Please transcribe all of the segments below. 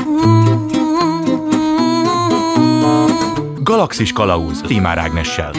Galaxis Kalauz Tímár Ágnessel.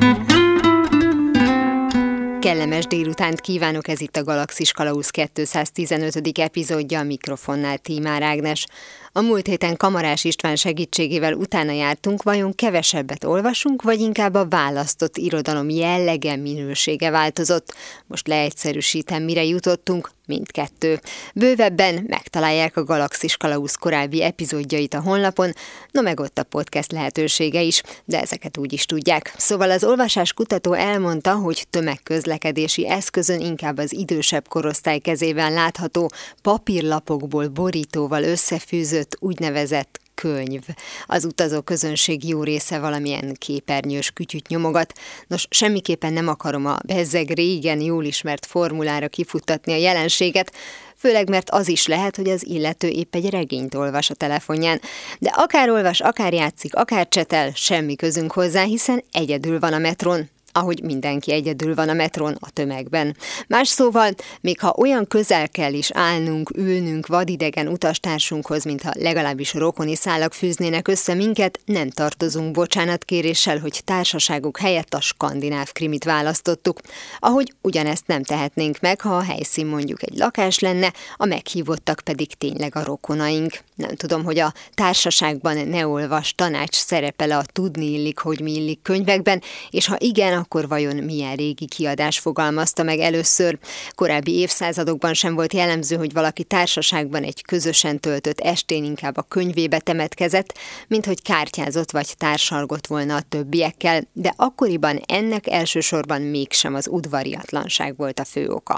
Kellemes délutánt kívánok, ez itt a Galaxis Kalauz 215. epizódja, a mikrofonnál Tímár Ágnes. A múlt héten Kamarás István segítségével utána jártunk, vajon kevesebbet olvasunk, vagy inkább a választott irodalom jellege, minősége változott? Most leegyszerűsítem, mire jutottunk, mindkettő. Bővebben megtalálják a Galaxis Kalauz korábbi epizódjait a honlapon, meg ott a podcast lehetősége is, de ezeket úgy is tudják. Szóval az olvasáskutató elmondta, hogy tömegközlekedési eszközön inkább az idősebb korosztály kezében látható, papírlapokból borítóval összefűzött úgynevezett könyv. Az utazó közönség jó része valamilyen képernyős kütyüt nyomogat. Nos, semmiképpen nem akarom a bezzeg régen jól ismert formulára kifuttatni a jelenséget, főleg mert az is lehet, hogy az illető épp egy regényt olvas a telefonján. De akár olvas, akár játszik, akár csetel, semmi közünk hozzá, hiszen egyedül van a metrón. Ahogy mindenki egyedül van a metrón, a tömegben. Más szóval, még ha olyan közel kell is állnunk, ülnünk vadidegen utastársunkhoz, mintha legalábbis rokoni szálak fűznének össze minket, nem tartozunk bocsánatkéréssel, hogy társaságuk helyett a skandináv krimit választottuk. Ahogy ugyanezt nem tehetnénk meg, ha a helyszín mondjuk egy lakás lenne, a meghívottak pedig tényleg a rokonaink. Nem tudom, hogy a társaságban ne olvas tanács szerepel a tudni illik, hogy mi illik könyvekben, és ha igen, akkor vajon milyen régi kiadás fogalmazta meg először? Korábbi évszázadokban sem volt jellemző, hogy valaki társaságban egy közösen töltött estén inkább a könyvébe temetkezett, mint hogy kártyázott vagy társalgott volna a többiekkel, de akkoriban ennek elsősorban mégsem az udvariatlanság volt a fő oka.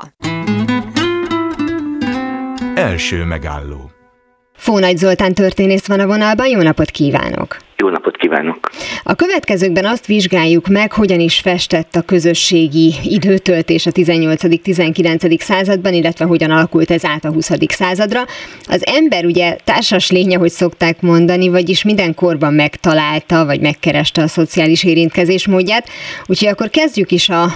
Első megálló. Fónagy Zoltán történész van a vonalban, jó napot kívánok! Jó napot kívánok! A következőkben azt vizsgáljuk meg, hogyan is festett a közösségi időtöltés a 18.-19. században, illetve hogyan alakult ez át a 20. századra. Az ember ugye társas lény, ahogy szokták mondani, vagyis minden korban megtalálta, vagy megkereste a szociális érintkezés módját. Úgyhogy akkor kezdjük is a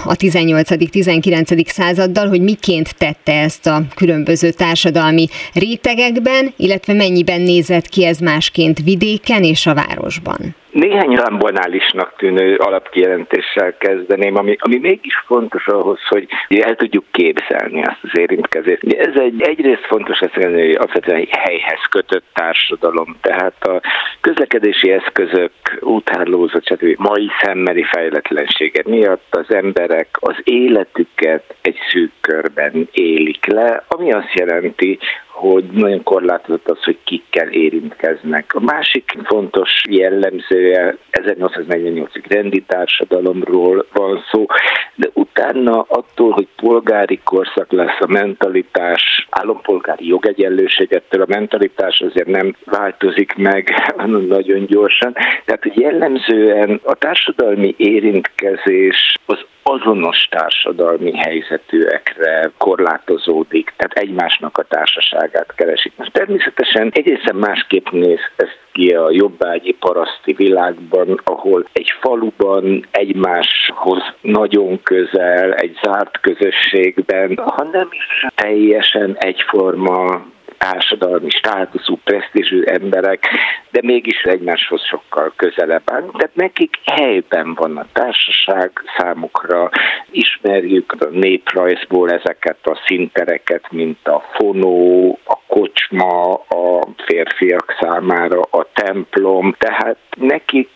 18.-19. századdal, hogy miként tette ezt a különböző társadalmi rétegekben, illetve mennyiben nézett ki ez másként vidéken és a városban. Néhány banálisnak tűnő alapkijelentéssel kezdeném, ami mégis fontos ahhoz, hogy el tudjuk képzelni azt az érintkezést. Ez egyrészt fontos, hogy alapvetően egy helyhez kötött társadalom, tehát a közlekedési eszközök, úthálózat, stb. Mai szemmeli fejletlensége miatt az emberek az életüket egy szűk körben élik le, ami azt jelenti, hogy nagyon korlátozott az, hogy kikkel érintkeznek. A másik fontos jellemzője 1848-ig rendi társadalomról van szó, de utána attól, hogy polgári korszak lesz a mentalitás, állampolgári jogegyenlőségettől a mentalitás azért nem változik meg nagyon gyorsan. Tehát jellemzően a társadalmi érintkezés az azonos társadalmi helyzetűekre korlátozódik, tehát egymásnak a társaságát keresik. Most természetesen egészen másképp néz ez ki a jobbágyi paraszti világban, ahol egy faluban egymáshoz nagyon közel, egy zárt közösségben, ha nem is teljesen egyforma társadalmi státuszú, presztízsű emberek, de mégis egymáshoz sokkal közelebb állnak. Tehát nekik helyben van a társaság, számukra ismerjük a néprajzból ezeket a színtereket, mint a fonó, a kocsma, a férfiak számára a templom, tehát nekik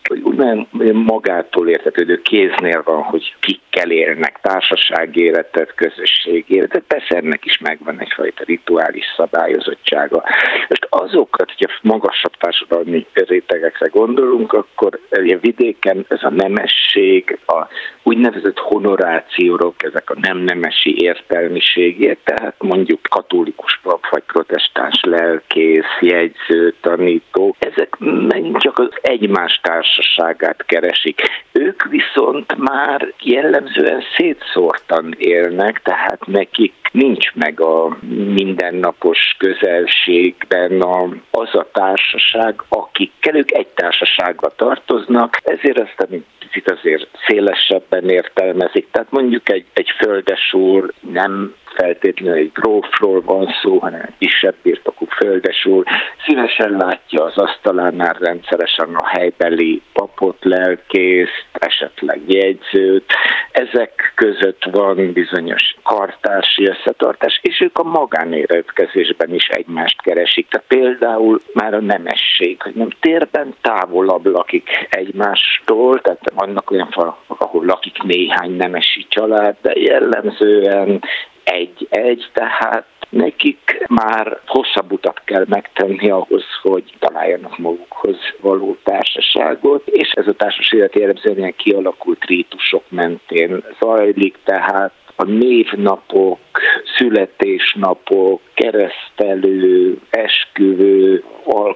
magától értetődő kéznél van, hogy kikkel élnek, társaságéletet, közösségéletet, persze ennek is megvan egyfajta rituális szabályozottsága. Most azokat, hogyha magasabb társadalmi rétegekre gondolunk, akkor vidéken ez a nemesség, a úgynevezett honorációk, ezek a nem nemesi értelmiségért, tehát mondjuk katolikus pap vagy protestáns lelkész, jegyző, tanító, ezek megint csak az egymás társaságát keresik. Ők viszont már jellemzően szétszórtan élnek, tehát nekik nincs meg a mindennapos közelségben az a társaság, akikkel ők egy társaságba tartoznak, ezért azt egy picit azért szélesebben értelmezik. Tehát mondjuk egy földesúr nem feltétlenül egy grófról van szó, hanem egy kisebb birtokú földesúr. Szívesen látja az asztalánál rendszeresen a helybeli papot, lelkészt, esetleg jegyzőt. Ezek között van bizonyos kartársi összetartás, és ők a magánéretkezésben is egymást keresik. Tehát például már a nemesség, hogy nem térben távolabb lakik egymástól, tehát vannak olyan falak, ahol lakik néhány nemesi család, de jellemzően egy, tehát nekik már hosszabb utat kell megtenni ahhoz, hogy találjanak magukhoz való társaságot, és ez a társas élet jellemzően ilyen kialakult rítusok mentén zajlik, tehát a névnapok, születésnapok, keresztelő, esküvő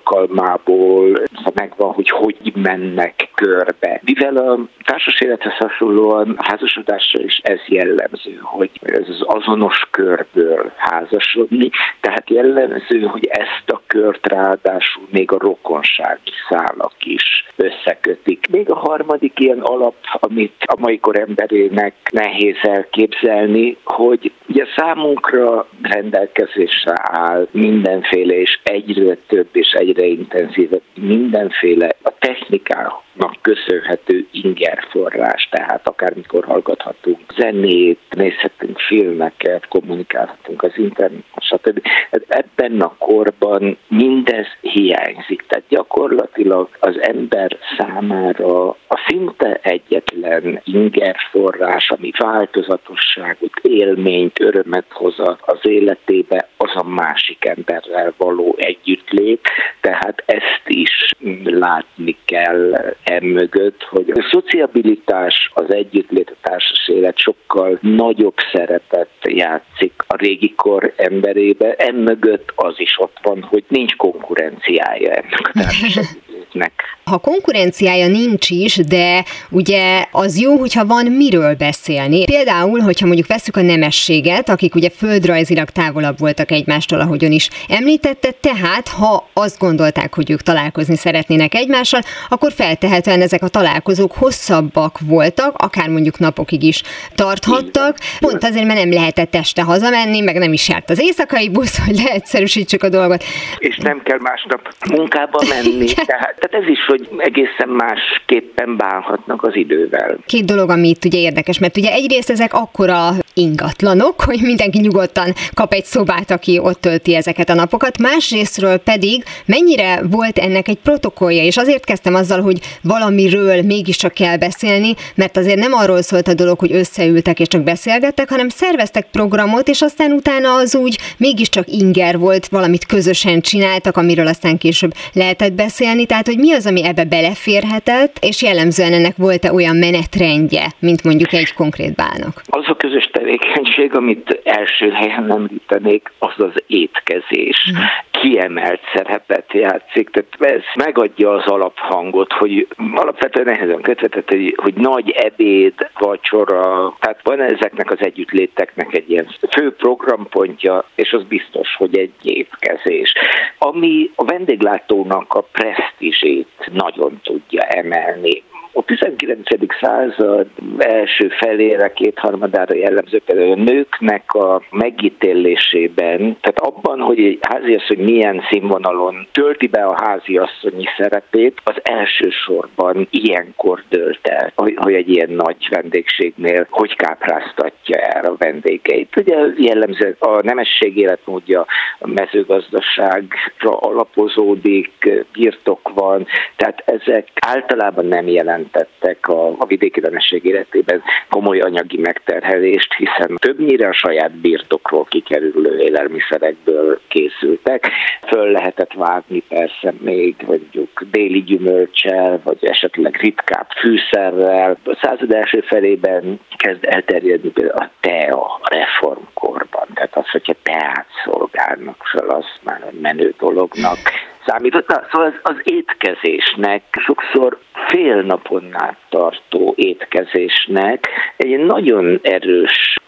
alkalmából megvan, hogy mennek körbe. Mivel a társas élethez hasonlóan a házasodásra is ez jellemző, hogy ez az azonos körből házasodni, tehát jellemző, hogy ezt a kört ráadásul még a rokonsági szálak is összekötik. Még a harmadik ilyen alap, amit a mai kor emberének nehéz elképzelni, hogy ugye számunkra rendelkezésre áll mindenféle és egyre több és egyre intenzívebb mindenféle a technikának köszönhető ingerforrás, tehát akármikor hallgathatunk zenét, nézhetünk filmeket, kommunikálhatunk az internet, stb. Ebben a korban mindez hiányzik, tehát gyakorlatilag az ember számára a szinte egyetlen ingerforrás, ami változatosságot, élményt, örömet hoz az életébe, az a másik emberrel való együttlét, tehát ezt is látni kell emögött, hogy a szociabilitás, az együttlét, a társas élet sokkal nagyobb szerepet játszik a régi kor emberébe. Emögött az is ott van, hogy nincs konkurenciája ennek a társas együttlétnek. Ha konkurenciája nincs is, de ugye az jó, hogyha van miről beszélni. Például, hogyha mondjuk vesszük a nemességet, akik ugye földrajzilag távolabb voltak egymástól, ahogyan is említette, tehát ha azt gondolták, hogy ők találkozni szeretnének egymással, akkor feltehetően ezek a találkozók hosszabbak voltak, akár mondjuk napokig is tarthattak. Pont azért, mert nem lehetett este hazamenni, meg nem is járt az éjszakai busz, hogy leegyszerűsítsük a dolgot. És nem kell másnap munkába menni. Tehát ez is, hogy egészen másképpen bánhatnak az idővel. Két dolog, ami itt ugye érdekes, mert ugye egyrészt ezek akkora ingatlanok, hogy mindenki nyugodtan kap egy szobát, aki ott tölti ezeket a napokat. Másrésztről pedig mennyire volt ennek egy protokollja, és azért kezdtem azzal, hogy valamiről mégiscsak kell beszélni, mert azért nem arról szólt a dolog, hogy összeültek és csak beszélgettek, hanem szerveztek programot, és aztán utána az úgy mégiscsak inger volt, valamit közösen csináltak, amiről aztán később lehetett beszélni, tehát hogy mi az, ami ebbe beleférhetett, és jellemzően ennek volt-e olyan menetrendje, mint mondjuk egy konkrét bálnak? Az a közös tevékenység, amit első helyen említenék, az az étkezés. Kiemelt szerepet játszik, tehát ez megadja az alaphangot, hogy alapvetően nehezen kötvetett, hogy nagy ebéd, vacsora, tehát van ezeknek az együttléteknek egy ilyen fő programpontja, és az biztos, hogy egy étkezés. Ami a vendéglátónak a presztízsét nagyon tudja emelni. A 19. század első felére, kétharmadára jellemző például a nőknek a megítélésében, tehát abban, hogy egy háziasszony milyen színvonalon tölti be a háziasszonyi szerepét, az elsősorban ilyenkor dölt el, hogy egy ilyen nagy vendégségnél hogy kápráztatja el a vendégeit. Ugye jellemző a nemesség életmódja a mezőgazdaságra alapozódik, birtok van, tehát ezek általában nem jelentettek a vidéki nemesség életében komoly anyagi megterhelést, hiszen többnyire a saját birtokról kikerülő élelmiszerekből készültek. Föl lehetett vágni persze még mondjuk déli gyümölccsel, vagy esetleg ritkább fűszerrel. A század első felében kezd elterjedni például a tea a reformkorban. Tehát az, hogyha teát szolgálnak fel, az már egy menő dolognak számított. Szóval az étkezésnek, sokszor fél napon át tartó étkezésnek egy nagyon erős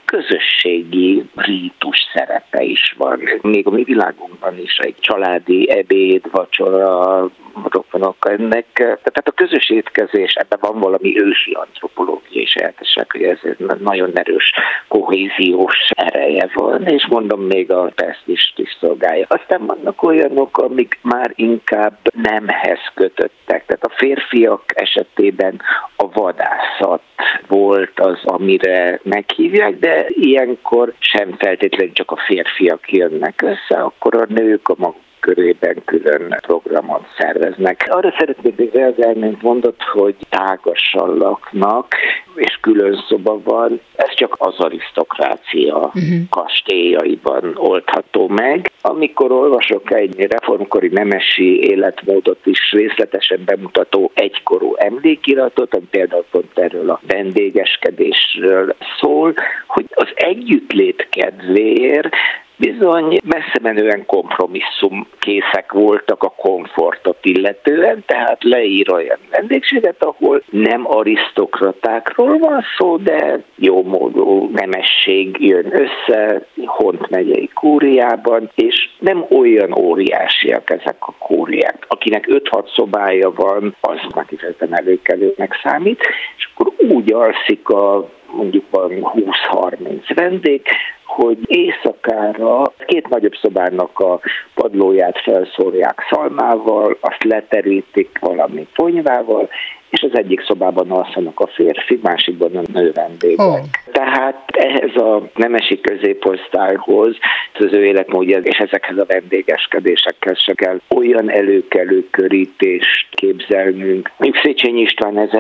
közösségi rítus szerepe is van. Még a mi világunkban is egy családi ebéd, vacsora, rokonok ennek. Tehát a közös étkezés, ebben van valami ősi antropológiai sajátosság, hogy ez nagyon erős kohéziós ereje van, és mondom, még a peszt is szolgálja. Aztán vannak olyanok, amik már inkább nemhez kötöttek. Tehát a férfiak esetében a vadászat volt az, amire meghívják, de ilyenkor sem feltétlenül csak a férfiak jönnek össze, akkor a nők a maguk körében külön programot szerveznek. Arra szeretnék még reagálni, mint mondott, hogy tágasan laknak, és külön szoba van. Ez csak az arisztokrácia kastélyaiban oldható meg. Amikor olvasok egy reformkori nemesi életmódot is részletesen bemutató egykorú emlékiratot, ami például pont erről a vendégeskedésről szól, hogy az együttlét kedvéért bizony messze menően kompromisszumkészek voltak a komfortot illetően, tehát leír olyan vendégséget, ahol nem arisztokratákról van szó, de jómódú nemesség jön össze Hont megyei kúriában, és nem olyan óriásiak ezek a kúriák. Akinek 5-6 szobája van, az már kifejezetten előkelőnek számít, és akkor úgy alszik mondjuk van 20-30 vendég, hogy éjszakára 2 nagyobb szobának a padlóját felszórják szalmával, azt leterítik valami ponyvával, és az egyik szobában alszanak a férfi, másikban a nő vendégek. Tehát ehhez a nemesi középosztályhoz, az ő életmódja és ezekhez a vendégeskedésekhez se kell olyan előkelő körítést képzelnünk. Mondjuk Széchenyi István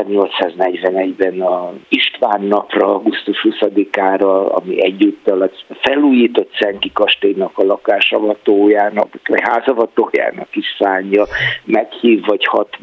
1841-ben a István napra, augusztus 20-ára, ami egyúttal a felújított Szenki kastélynak a lakásavatójának, vagy házavatójának is szánja, meghív vagy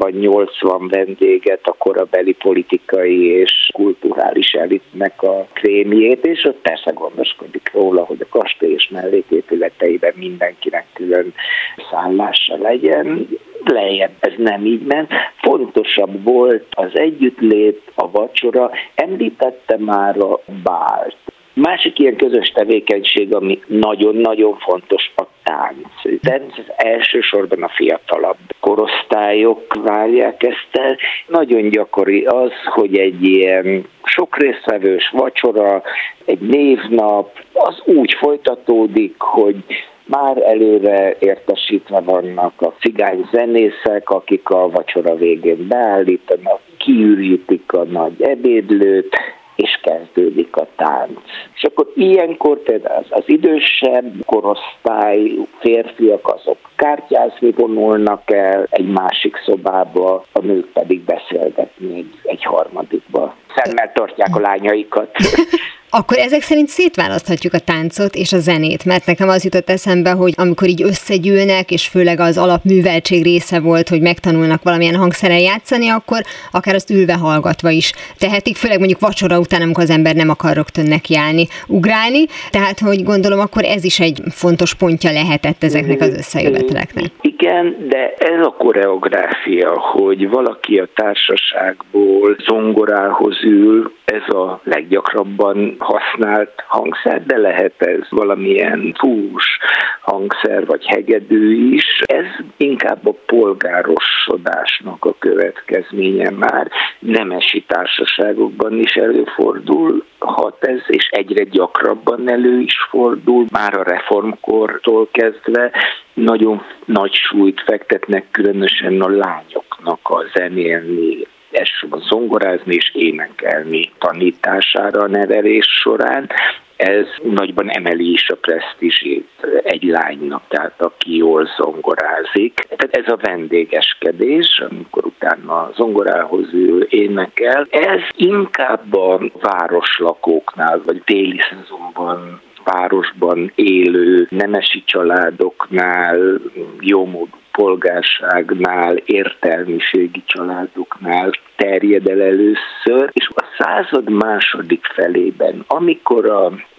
60-80 vendéget, a korabeli politikai és kulturális elitnek a krémjét, és ott persze gondoskodik róla, hogy a kastély és melléképületeiben mindenkinek külön szállása legyen. Lejjebb ez nem így ment. Fontosabb volt az együttlét, a vacsora, említette már a bált. Másik ilyen közös tevékenység, ami nagyon-nagyon fontos, a tánc. De ez elsősorban a fiatalabb korosztályok várják ezt el. Nagyon gyakori az, hogy egy ilyen sok résztvevős vacsora, egy névnap, az úgy folytatódik, hogy már előre értesítve vannak a cigány zenészek, akik a vacsora végén beállítanak, kiürítik a nagy ebédlőt, és kezdődik a tánc. És akkor ilyenkor például az idősebb korosztályú férfiak azok kártyázni vonulnak el egy másik szobába, a nők pedig beszélgetni egy harmadikba. Szemmel tartják a lányaikat. Akkor ezek szerint szétválaszthatjuk a táncot és a zenét, mert nekem az jutott eszembe, hogy amikor így összegyűlnek, és főleg az alapműveltség része volt, hogy megtanulnak valamilyen hangszeren játszani, akkor akár azt ülve hallgatva is tehetik, főleg mondjuk vacsora után, amikor az ember nem akar rögtön nekiállni, ugrálni, tehát hogy gondolom, akkor ez is egy fontos pontja lehetett ezeknek az összejöveteleknek. Igen, de ez a koreográfia, hogy valaki a társaságból zongorához ül, ez a leggyakrabban használt hangszer, de lehet ez valamilyen fús hangszer vagy hegedű is. Ez inkább a polgárosodásnak a következménye már. Nemesi társaságokban is előfordulhat ez, és egyre gyakrabban elő is fordul, már a reformkortól kezdve. Nagyon nagy súlyt fektetnek különösen a lányoknak a zenélni, elsősorban zongorázni és énekelni tanítására a nevelés során. Ez nagyban emeli is a presztízsét egy lánynak, tehát aki jól zongorázik. Tehát ez a vendégeskedés, amikor utána a zongorához ül, énekel, ez inkább a városlakóknál, vagy téli szezonban városban élő nemesi családoknál, jómódú polgárságnál, értelmiségi családoknál terjed el először, és a század második felében, amikor a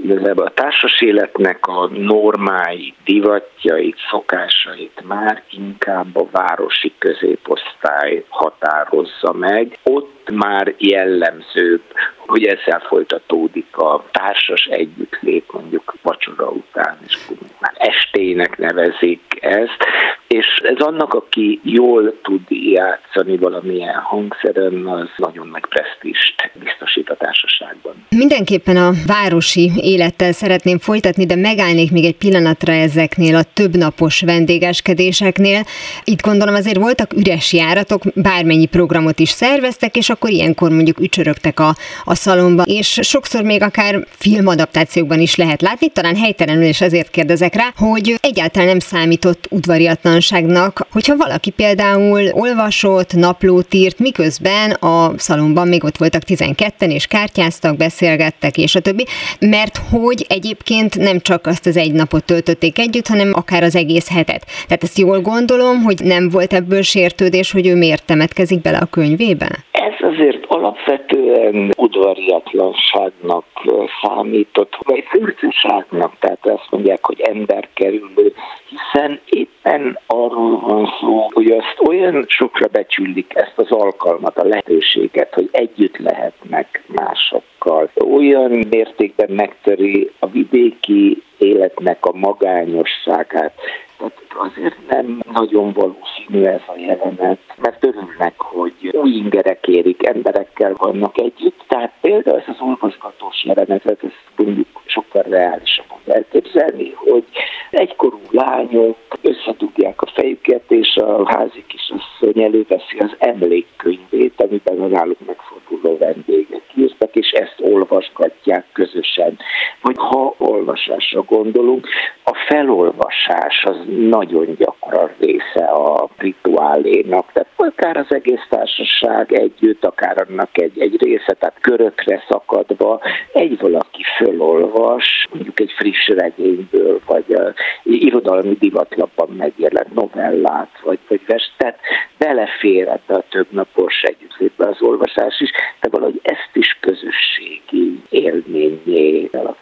igazából a társas életnek a normáit, divatjait, szokásait már inkább a városi középosztály határozza meg. Ott már jellemzőbb, hogy ezzel folytatódik a társas együttlét mondjuk vacsora után, és már estének nevezik ezt, és ez annak, aki jól tud játszani valamilyen hangszeren, az nagyon nagy presztízst biztosít a társaságban. Mindenképpen a városi élettel szeretném folytatni, de megállnék még egy pillanatra ezeknél a többnapos vendégeskedéseknél. Itt gondolom azért voltak üres járatok, bármennyi programot is szerveztek, és akkor ilyenkor mondjuk ücsörögtek a szalomba, és sokszor még akár filmadaptációkban is lehet látni, talán helytelenül, és ezért kérdezek rá, hogy egyáltalán nem számított udvariatlanságnak, hogyha valaki például olvasott, naplót írt, miközben a szalomban még ott voltak 12-en, és kártyáztak, beszélgettek, és a többi, mert hogy egyébként nem csak azt az egy napot töltötték együtt, hanem akár az egész hetet. Tehát ezt jól gondolom, hogy nem volt ebből sértődés, hogy ő miért temetkezik bele a könyvébe? Ez azért alapvetően udvariatlanságnak számított, vagy furcsaságnak, tehát azt mondják, hogy emberkerülő, hiszen éppen arról van szó, hogy azt olyan sokra becsülik ezt az alkalmat, a lehetőséget, hogy együtt lehetnek másokkal. Olyan mértékben megtöri a vidéki életnek a magányosságát. Tehát azért nem nagyon valószínű ez a jelenet, mert örülnek, hogy új ingerek érik, emberekkel vannak együtt. Tehát például ez az olvasgatós jelenetet, ezt mondjuk sokkal reálisabban elképzelni, hogy egykorú lányok összedugják a fejüket, és a házi kisasszony előveszi az emlékkönyvét, amiben a náluk megforduló vendégek írtak, és ezt olvasgatják közösen. Vagy ha olvasásra gondolunk, a felolvasás az nagyon gyakran része a rituálénak. Tehát akár az egész társaság együtt, akár annak egy része, tehát körökre szakadva egy valaki felolvas, mondjuk egy friss regényből, vagy irodalmi divatlapban megjelent novellát, vagy vers, tehát belefér ebbe a többnapos együttlétbe az olvasás is, de valahogy ezt is közösségi élményé alakítják.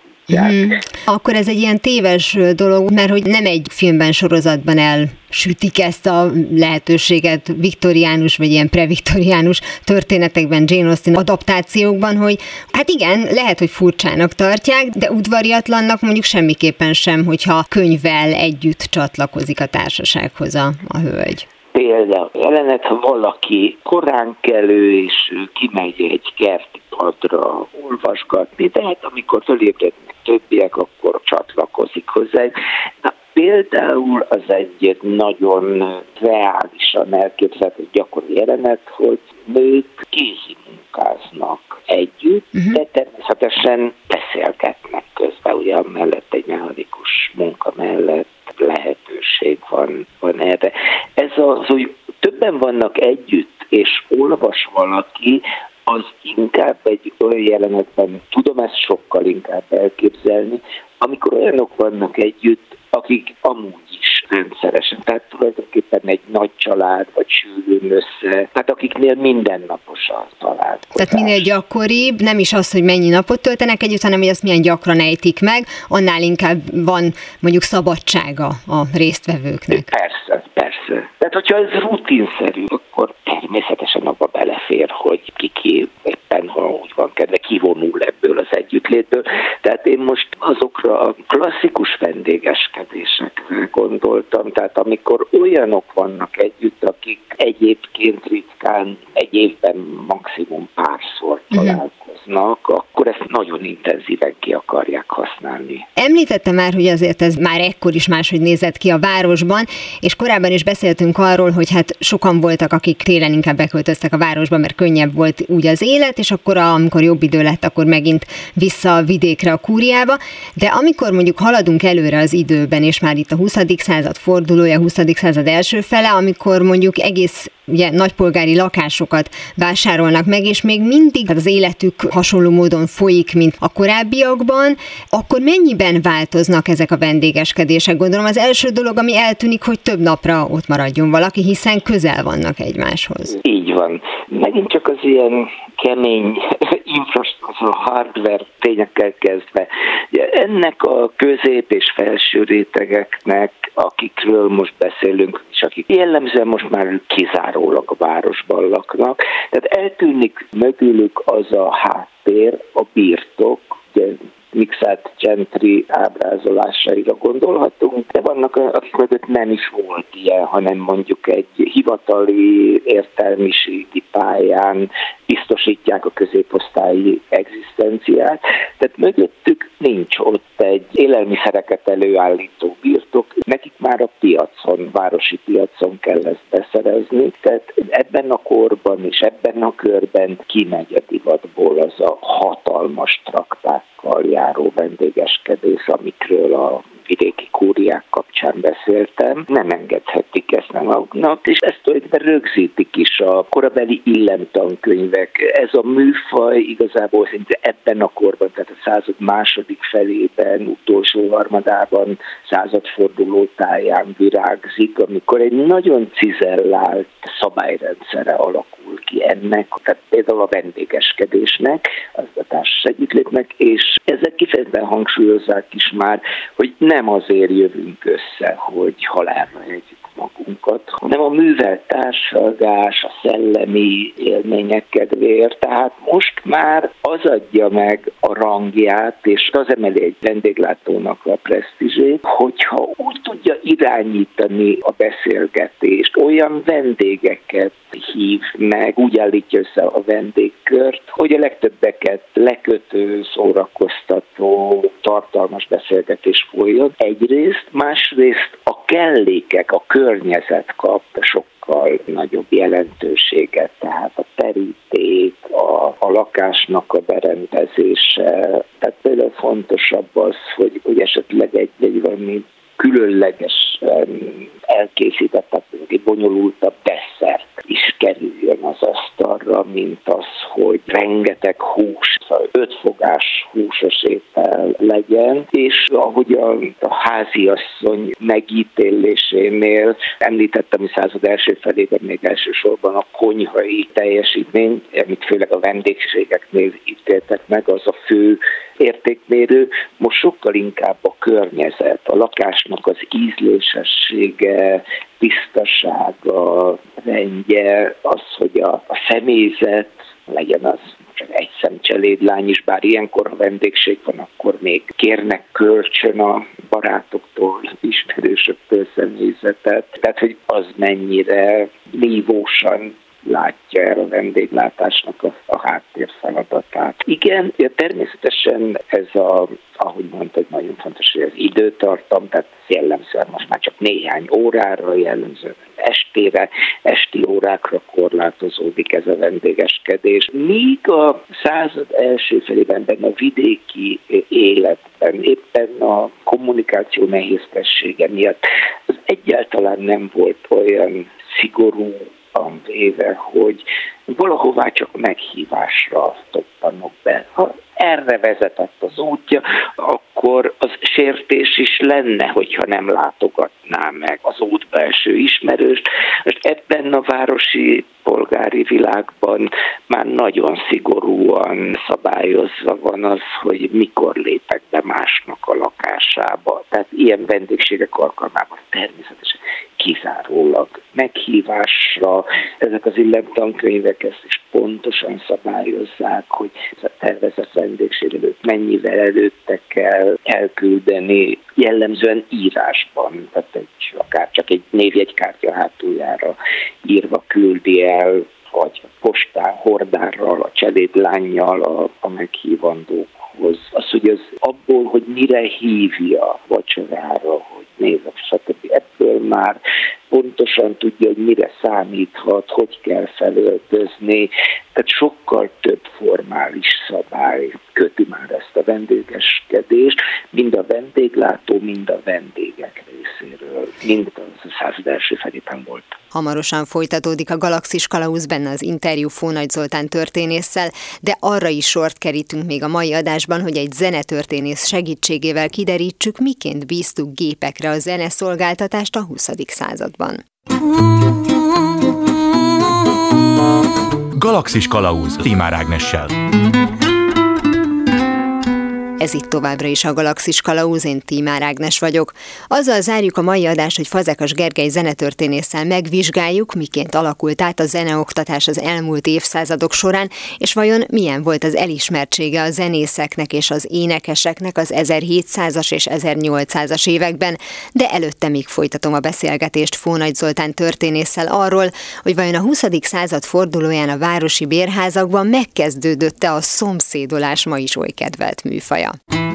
Akkor ez egy ilyen téves dolog, mert hogy nem egy filmben, sorozatban elsütik ezt a lehetőséget viktoriánus, vagy ilyen previktoriánus történetekben, Jane Austen adaptációkban, hogy hát igen, lehet, hogy furcsának tartják, de udvariatlannak mondjuk semmiképpen sem, hogyha könyvvel együtt csatlakozik a társasághoz a hölgy. Például jelenet, ha valaki korán kelő, és kimegy egy kerti padra olvasgatni, de hát amikor fölébrednek többiek, akkor csatlakozik hozzá. Na, például az egy nagyon reálisan elképzelhető gyakori jelenet, hogy nők kézimunkáznak együtt, de természetesen beszélgetnek közben, ugye mellett egy mechanikus munka mellett lehetőség van erre. Ez az, hogy többen vannak együtt, és olvas valaki, az inkább egy olyan jelenetben, tudom ezt sokkal inkább elképzelni, amikor olyanok vannak együtt, akik amúgy is rendszeresen, tehát tulajdonképpen egy nagy család, vagy sűrűn össze, tehát akiknél mindennaposan találkozás. Tehát minél gyakoribb, nem is az, hogy mennyi napot töltenek együtt, hanem hogy azt milyen gyakran ejtik meg, annál inkább van mondjuk szabadsága a résztvevőknek. Persze. Tehát, hogyha ez rutinszerű, akkor természetesen abba belefér, hogy ki éppen, ha úgy van kedve, kivonul ebből az együttlétből. Tehát én most azokra a klasszikus vendégeskedésekre gondoltam, tehát amikor olyanok vannak együtt, akik egyébként ritkán egy évben maximum párszor találkoznak, akkor ezt nagyon intenzíven ki akarják használni. Említette már, hogy azért ez már ekkor is máshogy nézett ki a városban, és korábban is beszéltünk arról, hogy hát sokan voltak, akik télen inkább beköltöztek a városba, mert könnyebb volt úgy az élet, és akkor amikor jobb idő lett, akkor megint vissza a vidékre, a kúriába. De amikor mondjuk haladunk előre az időben, és már itt a 20. század fordulója, 20. század első fele, amikor mondjuk egész ugye, nagypolgári lakásokat vásárolnak meg, és még mindig az életük hasonló módon folyik, mint a korábbiakban, akkor akkor mennyiben változnak ezek a vendégeskedések? Gondolom az első dolog, ami eltűnik, hogy több napra ott maradjon valaki, hiszen közel vannak egymáshoz. Így van. Megint csak az ilyen kemény infrastruktúra, hardware tényekkel kezdve. Ennek a közép- és felső rétegeknek, akikről most beszélünk, és akik jellemzően most már kizárólag a városban laknak, tehát eltűnik mögülük az a háttér, a birtok, ugye Mixát Gentry ábrázolásaira gondolhatunk, de vannak, akik mögött nem is volt ilyen, hanem mondjuk egy hivatali értelmiségi pályán biztosítják a középosztályi egzisztenciát, tehát mögöttük nincs ott egy élelmiszereket előállító birtok, nekik már a piacon, városi piacon kell ezt beszerezni, tehát ebben a korban és ebben a körben kimegy a divatból az a hatalmas traktákkal járó vendégeskedés, amikről a vidéki kúriák kapcsán beszéltem, nem engedhetik ezt maguknak, és ezt tulajdonképpen rögzítik is a korabeli illemtankönyvek. Ez a műfaj igazából szinte ebben a korban, tehát a század második felében, utolsó harmadában, századforduló táján virágzik, amikor egy nagyon cizellált szabályrendszere alakul ki ennek, tehát például a vendégeskedésnek, az a társas együttlétnek, és ezek kifejezetten hangsúlyozzák is már, hogy nem azért jövünk össze, hogy halálra jegyük magunkat, hanem a művelt társalgás, a szellemi élmények kedvéért. Tehát most már az adja meg a rangját, és az emeli egy vendéglátónak a presztízsét, hogyha úgy tudja irányítani a beszélgetést, olyan vendégeket hív meg, úgy állítja össze a vendégkört, hogy a legtöbbeket lekötő, szórakoztató, tartalmas beszélgetés folyjon. Egyrészt, másrészt a kellékek, a környezet kap sokkal nagyobb jelentőséget, tehát a teríték, a lakásnak a berendezése, tehát például fontosabb az, hogy esetleg egy valami különlegesen elkészített, tehát egy bonyolultabb desszert is kerüljön az asztalra, mint az, hogy rengeteg hús, 5 fogás húsos étel legyen, és ahogy a háziasszony megítélésénél említettem, hogy század első felében még elsősorban a konyhai teljesítmény, amit főleg a vendégségeknél ítéltek meg, az a fő értékmérő, most sokkal inkább a környezet, a lakásnak az ízlésessége, tisztasága, rendje, az, hogy a személyzet legyen az csak egy szemcselédlány is, bár ilyenkor, ha vendégség van, akkor még kérnek kölcsön a barátoktól, ismerősöktől személyzetet. Tehát, hogy az mennyire nívósan látja el a vendéglátásnak a háttérfeladatát. Igen, természetesen ez ahogy mondtad, nagyon fontos, hogy az időtartam, tehát jellemzően most már csak néhány órára, jellemzően esti órákra korlátozódik ez a vendégeskedés. Míg a század első felében a vidéki életben, éppen a kommunikáció nehézkessége miatt az egyáltalán nem volt olyan szigorú véve, hogy valahová csak meghívásra toppanok be. Ha erre vezetett az útja, akkor az sértés is lenne, hogyha nem látogatná meg az útbelső ismerőst. Most ebben a városi polgári világban már nagyon szigorúan szabályozva van az, hogy mikor lépek be másnak a lakásába. Tehát ilyen vendégségek alkalmában természetesen kizárólag meghívásra. Ezek az illemtankönyvek ezt is pontosan szabályozzák, hogy ez a tervezett vendégségről mennyivel előtte kell elküldeni, jellemzően írásban, tehát akár csak egy névjegykártya hátuljára írva küldi el, vagy postán, hordárral, a cselédlánnyal a meghívandókhoz. Az, hogy az abból, hogy mire hívja vacsorára, hogy nézve, stb. Ebből már pontosan tudja, hogy mire számíthat, hogy kell felöltözni. Tehát sokkal több formális szabály köti már ezt a vendégeskedést, mind a vendéglátó, mind a vendégek részéről, mind az a század első felében volt. Hamarosan folytatódik a Galaxis Kalauz, benne az interjú Fónagy Zoltán történésszel, de arra is sort kerítünk még a mai adásban, hogy egy zenetörténész segítségével kiderítsük, miként bíztuk gépekre a zeneszolgáltatást a 20. században. Galaxis Kalauz Tímár Ágnessel. Ez itt továbbra is a Galaxis Kalauz, én Tímár Ágnes vagyok. Azzal zárjuk a mai adást, hogy Fazekas Gergely zenetörténésszel megvizsgáljuk, miként alakult át a zeneoktatás az elmúlt évszázadok során, és vajon milyen volt az elismertsége a zenészeknek és az énekeseknek az 1700-as és 1800-as években, de előtte még folytatom a beszélgetést Fónagy Zoltán történésszel arról, hogy vajon a 20. század fordulóján a városi bérházakban megkezdődött-e a szomszédolás ma is oly kedvelt műfaja.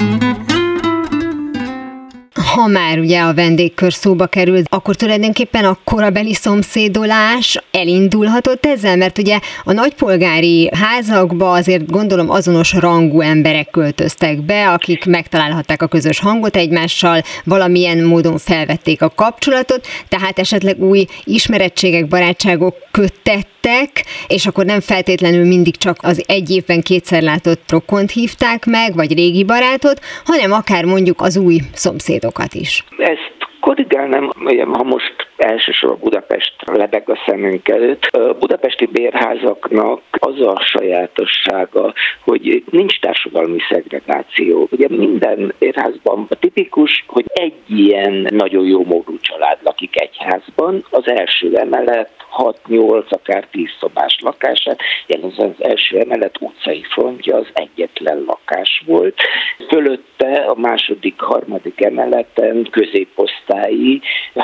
Ha már ugye a vendégkör szóba került, akkor tulajdonképpen a korabeli szomszédolás elindulhatott ezzel, mert ugye a nagypolgári házakba azért gondolom azonos rangú emberek költöztek be, akik megtalálhatták a közös hangot egymással, valamilyen módon felvették a kapcsolatot, tehát esetleg új ismerettségek, barátságok köttettek, és akkor nem feltétlenül mindig csak az egy évben kétszer látott rokont hívták meg, vagy régi barátot, hanem akár mondjuk az új szomszédokat is. Ezt korrigálnám, ha most elsősorban Budapest lebeg a szemünk előtt. A budapesti bérházaknak az a sajátossága, hogy nincs társadalmi szegregáció. Ugye minden bérházban tipikus, hogy egy ilyen nagyon jó módú család lakik egy házban, az első emelet 6-8, akár 10 szobás lakását, jellemzően az első emelet utcai frontja az egyetlen lakás volt. Fölötte a második, harmadik emeleten középosztályi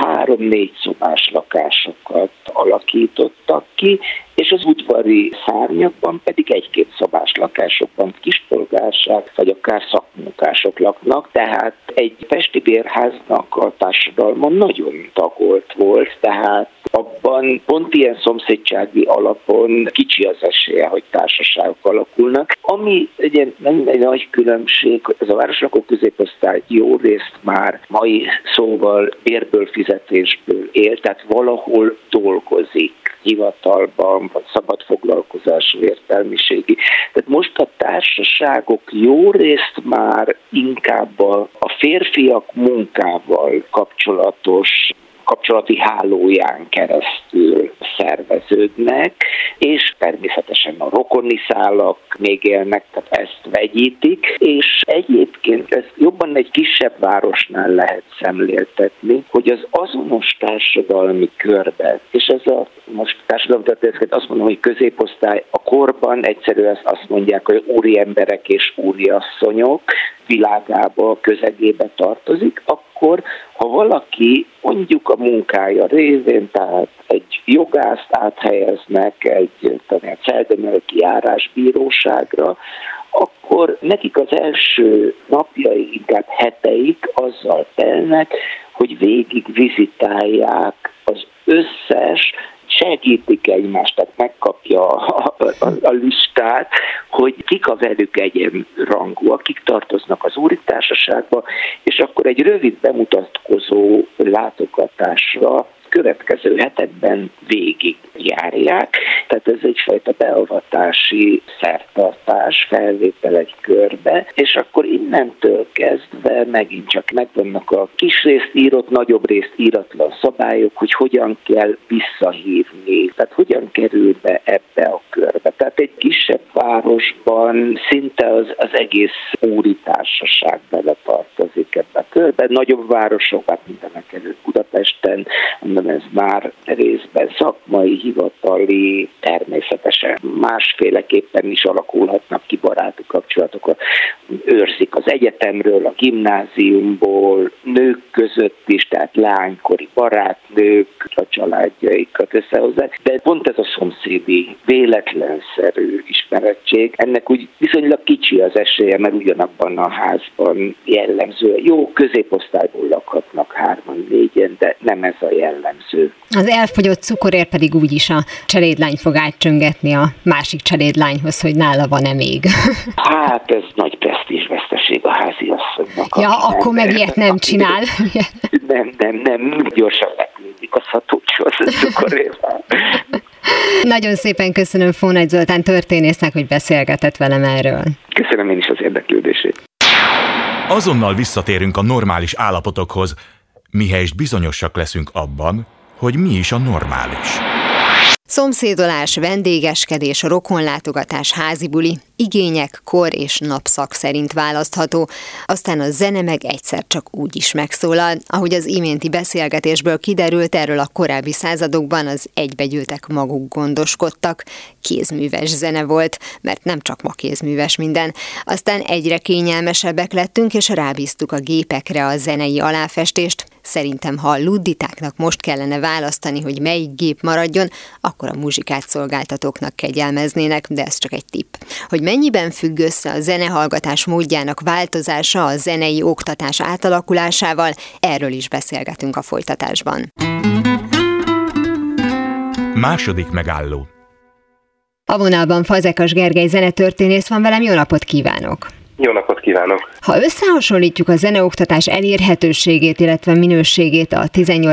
3-4 szobás lakásokat alakítottak ki, és az udvari szárnyakban pedig 1-2 szobás lakásokban kispolgárság, vagy akár szakmunkások laknak, tehát egy pesti bérháznak a társadalma nagyon tagolt volt, tehát abban pont ilyen szomszédsági alapon kicsi az esélye, hogy társaságok alakulnak. Ami egy nagy különbség, hogy ez a városlakó középosztály jó részt már mai szóval bérből, fizetésből él, tehát valahol dolgozik, hivatalban, vagy szabadfoglalkozású értelmiségi. Tehát most a társaságok jó részt már inkább a férfiak munkával kapcsolatos kapcsolati hálóján keresztül szerveződnek, és természetesen a rokoni szálak még élnek, tehát ezt vegyítik, és egyébként ezt jobban egy kisebb városnál lehet szemléltetni, hogy az azonos társadalmi körbe, és ez a most társadalmi történetként azt mondom, hogy középosztály a korban egyszerűen azt mondják, hogy úri emberek és úriasszonyok világába, közegébe tartozik, akkor ha valaki mondjuk a munkája révén, tehát egy jogászt áthelyeznek egy celldömölki járásbíróságra, akkor nekik az első napjai, inkább heteik azzal telnek, hogy végig vizitálják az összes, segítik egymást, tehát megkapja a listát, hogy kik a velük egyenrangúak, kik tartoznak az úri társaságba, és akkor egy rövid bemutatkozó látogatásra következő hetekben végig járják. Tehát ez egyfajta beavatási szertartás, felvétel egy körbe, és akkor innentől kezdve megint csak megvannak a kis részt írott, nagyobb részt íratlan szabályok, hogy hogyan kell visszahívni, tehát hogyan kerül be ebbe a körbe. Tehát egy kisebb városban szinte az egész úri társaság beletartozik ebbe a körbe. Nagyobb városokban, mindenek előtt Budapesten, ez már részben szakmai, hivatali, természetesen másféleképpen is alakulhatnak ki baráti kapcsolatokat. Őrzik az egyetemről, a gimnáziumból, nők között is, tehát leánykori barátnők a családjaikat összehozzák, de pont ez a szomszédi, véletlenszerű ismerettség, ennek úgy viszonylag kicsi az esélye, mert ugyanabban a házban jellemző. Jó, középosztályból lakhatnak 3-4-en, de nem ez a jellemző. Az elfogyott cukorért pedig úgyis a cselédlány fog átcsöngetni a másik cselédlányhoz, hogy nála van-e még. Hát ez nagy presztízsveszteség a háziasszonynak. Ja, akkor meg ilyet nem csinál. Nem, gyorsan lepődik. melyik a Szatócsó, az a cukorrépa. Nagyon szépen köszönöm Fónagy Zoltán történésznek, hogy beszélgetett velem erről. Köszönöm én is az érdeklődését. Azonnal visszatérünk a normális állapotokhoz, mihelyest bizonyosak leszünk abban, hogy mi is a normális. Szomszédolás, vendégeskedés, rokonlátogatás, házibuli, igények, kor és napszak szerint választható, aztán a zene meg egyszer csak úgy is megszólal. Ahogy az iménti beszélgetésből kiderült, erről a korábbi századokban az egybegyűltek maguk gondoskodtak. Kézműves zene volt, mert nem csak ma kézműves minden. Aztán egyre kényelmesebbek lettünk, és rábíztuk a gépekre a zenei aláfestést. Szerintem, ha a ludditáknak most kellene választani, hogy melyik gép maradjon, akkor a muzsikát szolgáltatóknak kegyelmeznének, de ez csak egy tipp. Hogy mennyiben függ össze a zenehallgatás módjának változása a zenei oktatás átalakulásával, erről is beszélgetünk a folytatásban. Második megálló. A vonalban Fazekas Gergely zenetörténész van velem, jó napot kívánok! Jó napot kívánok! Ha összehasonlítjuk a zeneoktatás elérhetőségét, illetve minőségét a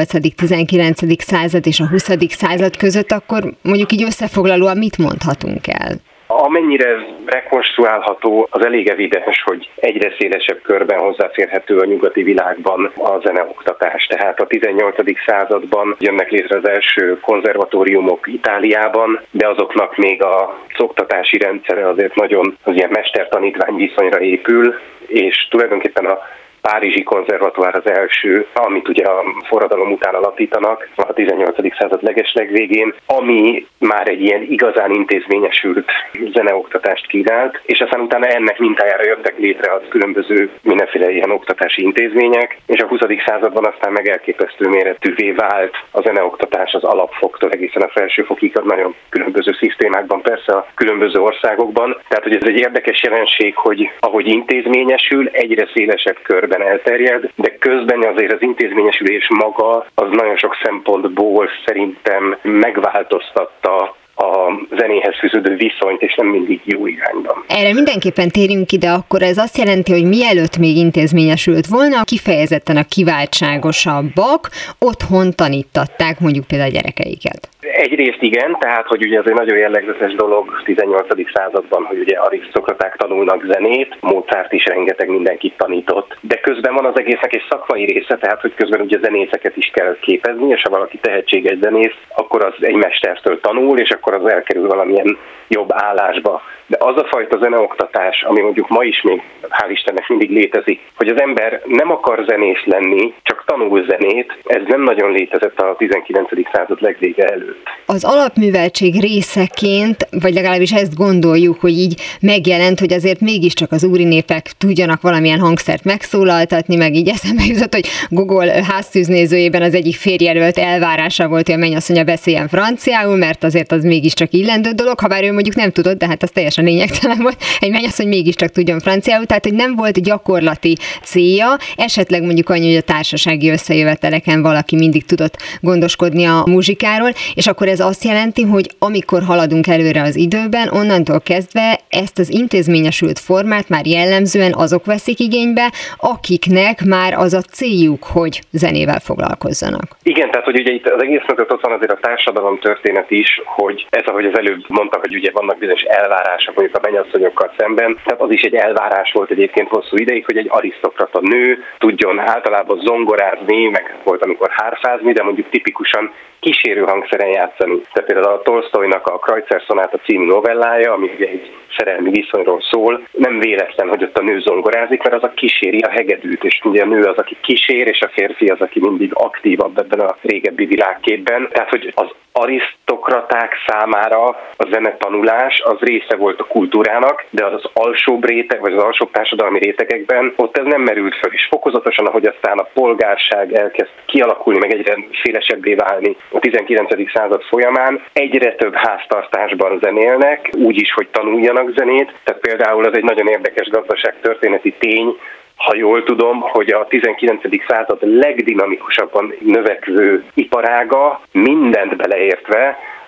18.-19. század és a 20. század között, akkor mondjuk így összefoglalóan mit mondhatunk el? Amennyire rekonstruálható, az elég evidens, hogy egyre szélesebb körben hozzáférhető a nyugati világban a zeneoktatás. Tehát a 18. században jönnek létre az első konzervatóriumok Itáliában, de azoknak még az oktatási rendszere azért nagyon az ilyen mester-tanítvány viszonyra épül, és tulajdonképpen a párizsi konzervatóár az első, amit ugye a forradalom után alapítanak a 18. század legeslegvégén, ami már egy ilyen igazán intézményesült zeneoktatást kínált, és aztán utána ennek mintájára jöttek létre az különböző mindenféle ilyen oktatási intézmények, és a 20. században aztán meg elképesztő méretűvé vált a zeneoktatás az alapfoktól egészen a felsőfokig, nagyon különböző szisztémákban, persze a különböző országokban. Tehát, hogy ez egy érdekes jelenség, hogy ahogy intézményesül, egyre szélesebb körben elterjed, de közben azért az intézményesülés maga az nagyon sok szempontból szerintem megváltoztatta a zenéhez fűződő viszonyt, és nem mindig jó irányban. Erre mindenképpen térjünk ide, akkor ez azt jelenti, hogy mielőtt még intézményesült volna, kifejezetten a kiváltságosabbak otthon tanítatták mondjuk például a gyerekeiket. Egyrészt igen, tehát hogy ugye ez egy nagyon jellegzetes dolog 18. században, hogy ugye arisztokraták tanulnak zenét, Mozart is rengeteg mindenkit tanított, de közben van az egésznek egy szakmai része, tehát hogy közben ugye zenészeket is kell képezni, és ha valaki tehetséges zenész, akkor az egy mestertől tanul, és akkor az elkerül valamilyen jobb állásba. De az a fajta zeneoktatás, ami mondjuk ma is még, hál' Istennek mindig létezik, hogy az ember nem akar zenész lenni, csak tanul zenét, ez nem nagyon létezett a 19. század legvége előtt. Az alapműveltség részeként, vagy legalábbis ezt gondoljuk, hogy így megjelent, hogy azért mégiscsak az úri népek tudjanak valamilyen hangszert megszólaltatni, meg így eszembe jutott, hogy Gogol háztűznézőjében az egyik férjjelölt elvárása volt, hogy a mennyasszonya beszéljen franciául, mert azért az mégiscsak illendő dolog, ha bár ő mondjuk nem tudott, de hát az teljesen lényegtelen volt, egy mennyasszony mégiscsak tudjon franciául, tehát hogy nem volt gyakorlati célja, esetleg mondjuk annyi, hogy a társasági összejöveteleken valaki mindig tudott gondoskodni a muzsikáról, és akkor ez azt jelenti, hogy amikor haladunk előre az időben, onnantól kezdve ezt az intézményesült formát már jellemzően azok veszik igénybe, akiknek már az a céljuk, hogy zenével foglalkozzanak. Igen, tehát hogy ugye itt az egész mögött ott van azért a társadalom történet is, hogy ez, ahogy az előbb mondta, hogy ugye vannak bizonyos elvárások mondjuk a mennyasszonyokkal szemben, tehát az is egy elvárás volt egyébként hosszú ideig, hogy egy arisztokrata nő tudjon általában zongorázni, meg volt amikor hárfázni, de mondjuk tipikusan kísérő hangszeren játszani. Tehát például a Tolsztojnak a Kreutzer Szonáta című novellája, ami ugye egy szerelmi viszonyról szól, nem véletlen, hogy ott a nő zongorázik, mert az a kíséri a hegedűt, és ugye a nő az, aki kísér, és a férfi az, aki mindig aktívabb ebben a régebbi világképben. Tehát, hogy az arisztokraták számára a zenetanulás az része volt a kultúrának, de az alsóbb réteg, vagy az alsóbb társadalmi rétegekben ott ez nem merült föl, és fokozatosan, ahogy aztán a polgárság elkezd kialakulni, meg egyre szélesebbé válni a 19. század folyamán, egyre több háztartásban zenélnek, úgy is, hogy tanuljanak zenét, tehát például az egy nagyon érdekes gazdaságtörténeti tény, ha jól tudom, hogy a 19. század legdinamikusabban növekvő iparága, mindent beleértve,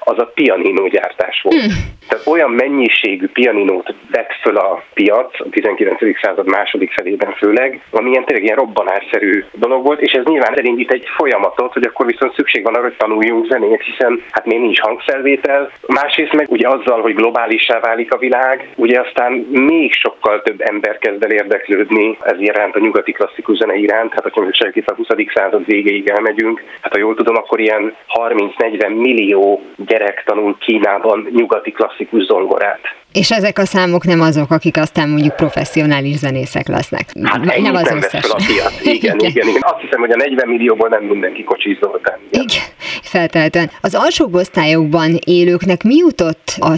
az a pianino gyártás volt. Tehát olyan mennyiségű pianinót vett föl a piac a 19. század második felében főleg, ami tényleg ilyen robbanásszerű dolog volt, és ez nyilván elindít egy folyamatot, hogy akkor viszont szükség van arra, hogy tanuljunk zenét, hiszen hát még nincs hangfelvétel. Másrészt meg ugye azzal, hogy globálissá válik a világ, ugye aztán még sokkal több ember kezd el érdeklődni ez iránt, a nyugati klasszikus zene iránt. Hát hogyha mondjuk itt a 20. század végéig elmegyünk, hát ha jól tudom, akkor ilyen 30-40 millió gyerek tanul Kínában nyugati klasszikus zongorát. És ezek a számok nem azok, akik aztán mondjuk professzionális zenészek lesznek. Hát ennyit nem vesz fel a piac. Igen. Azt hiszem, hogy a 40 millióból nem mindenki Kocsis Zoltán. Igen, feltehetően. Az alsóbb osztályokban élőknek mi jutott a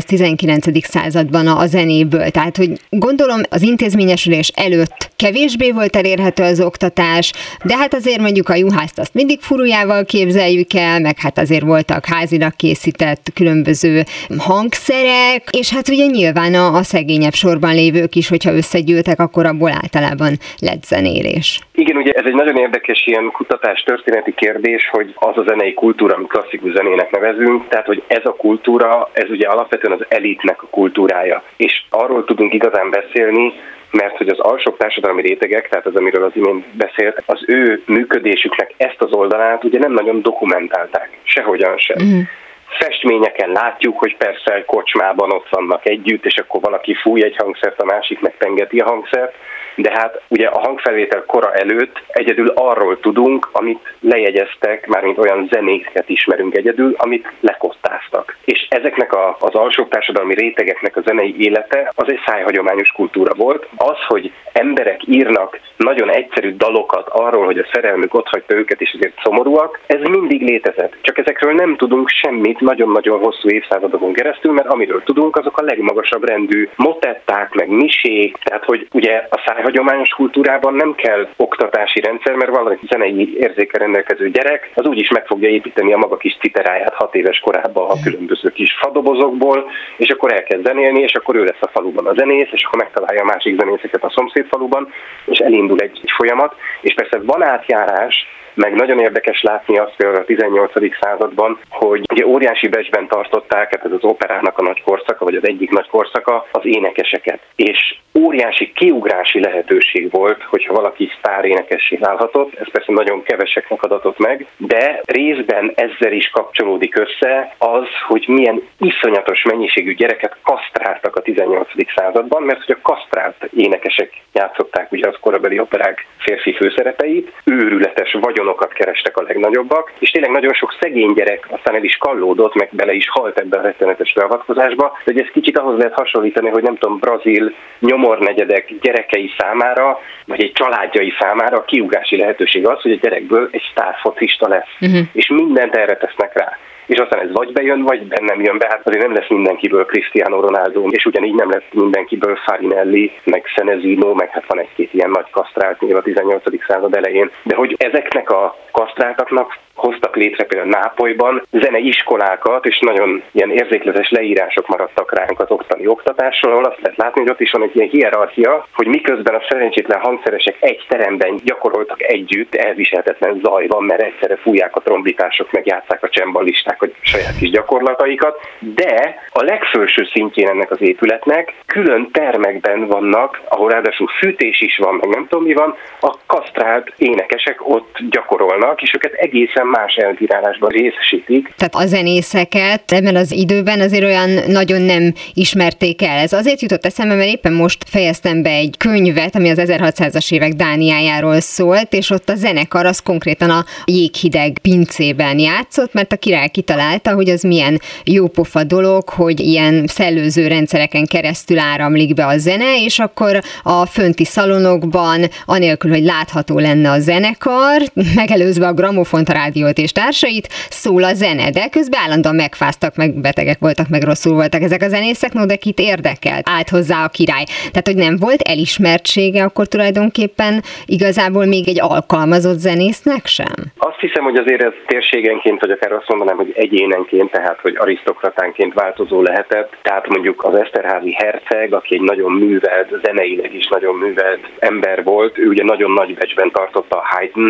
18-19. században a zenéből? Tehát, hogy gondolom az intézményesülés előtt kevésbé volt elérhető az oktatás, de hát azért mondjuk a juhászt azt mindig furujával képzeljük el, meg hát azért voltak házilag készített különböző hangszerek, és hát ugye nyilván a szegényebb sorban lévők is, hogyha összegyűltek, akkor abból általában lett zenélés. Igen, ugye ez egy nagyon érdekes ilyen kutatás történeti kérdés, hogy az a zenei kultúra, amit klasszikus zenének nevezünk, tehát hogy ez a kultúra, ez ugye alapvetően az elitnek a kultúrája. És arról tudunk igazán beszélni, mert hogy az alsóbb társadalmi rétegek, tehát az, amiről az imént beszélt, az ő működésüknek ezt az oldalát ugye nem nagyon dokumentálták, sehogyan sem. Festményeken látjuk, hogy persze kocsmában ott vannak együtt, és akkor valaki fúj egy hangszert, a másik megpengeti a hangszert, de hát ugye a hangfelvétel kora előtt egyedül arról tudunk, amit lejegyeztek, mármint olyan zenéket ismerünk egyedül, amit lekottáztak. És ezeknek az alsóbb társadalmi rétegeknek a zenei élete az egy szájhagyományos kultúra volt. Az, hogy emberek írnak nagyon egyszerű dalokat arról, hogy a szerelmük otthagyta őket, és ezért szomorúak, ez mindig létezett. Csak ezekről nem tudunk semmit nagyon-nagyon hosszú évszázadokon keresztül, mert amiről tudunk, azok a legmagasabb rendű motetták, meg misék, tehát hogy ugye a szájhagyományos kultúrában nem kell oktatási rendszer, mert valami zenei érzékkel rendelkező gyerek az úgyis meg fogja építeni a maga kis citeráját 6 éves korában a különböző kis fadobozokból, és akkor elkezd zenélni, és akkor ő lesz a faluban a zenész, és akkor megtalálja a másik zenészeket a szomszéd faluban, és elindul egy folyamat, és persze van átjárás, meg nagyon érdekes látni azt például a 18. században, hogy ugye óriási becsben tartották, hát ez az operának a nagy korszaka, vagy az egyik nagy korszaka, az énekeseket. És óriási kiugrási lehetőség volt, hogyha valaki sztárénekessé válhatott, ez persze nagyon keveseknek adatott meg, de részben ezzel is kapcsolódik össze az, hogy milyen iszonyatos mennyiségű gyereket kasztráltak a 18. században, mert hogy a kasztrált énekesek játszották ugye az korabeli operák férfi főszerepeit, őrületes vagyonokat kerestek a legnagyobbak, és tényleg nagyon sok szegény gyerek aztán el is kallódott, meg bele is halt ebben a rettenetes beavatkozásba, de ez kicsit ahhoz lehet hasonlítani, hogy nem tudom, brazil nyomornegyedek gyerekei számára, vagy egy családjai számára a kiugrási lehetőség az, hogy a gyerekből egy sztárfocista lesz, és mindent erre tesznek rá. És aztán ez vagy bejön, vagy nem jön be. Hát azért nem lesz mindenkiből Cristiano Ronaldo, és ugyanígy nem lesz mindenkiből Farinelli, meg Senesino, meg hát van egy-két ilyen nagy kasztrált név a 18. század elején. De hogy ezeknek a kasztráltaknak hoztak létre például Nápolyban zeneiskolákat, és nagyon ilyen érzékletes leírások maradtak ránk az ottani oktatásról, ahol azt lehet látni, hogy ott is van egy ilyen hierarchia, hogy miközben a szerencsétlen hangszeresek egy teremben gyakoroltak együtt, elviselhetetlen zaj van, mert egyszerre fújják a trombitások, meg játsszák a csemballisták a saját kis gyakorlataikat, de a legfelső szintjén ennek az épületnek külön termekben vannak, ahol ráadásul fűtés is van, meg nem tudom mi van, a kasztrált énekesek ott gyakorolnak, és őket egészen más elbírálásban részesítik. Tehát a zenészeket ebben az időben azért olyan nagyon nem ismerték el. Ez azért jutott eszembe, mert éppen most fejeztem be egy könyvet, ami az 1600-as évek Dániájáról szólt, és ott a zenekar az konkrétan a jéghideg pincében játszott, mert a király kitalálta, hogy az milyen jópofa dolog, hogy ilyen szellőző rendszereken keresztül áramlik be a zene, és akkor a fönti szalonokban, anélkül, hogy látható lenne a zenekar, megelőzve a gramofont, a rádiót és társait, szól a zene, de közben állandóan megfáztak, meg betegek voltak, meg rosszul voltak ezek a zenészek, no de kit érdekelt? Állt hozzá a király. Tehát, hogy nem volt elismertsége akkor tulajdonképpen igazából még egy alkalmazott zenésznek sem? Azt hiszem, hogy azért ez térségenként, vagy akár azt mondanám, hogy egyénenként, tehát, hogy arisztokratánként változó lehetett. Tehát mondjuk az Eszterházy herceg, aki egy nagyon művelt, zeneileg is nagyon művelt ember volt, ő ugye nagyon nagy becsben tartotta a Haydnt,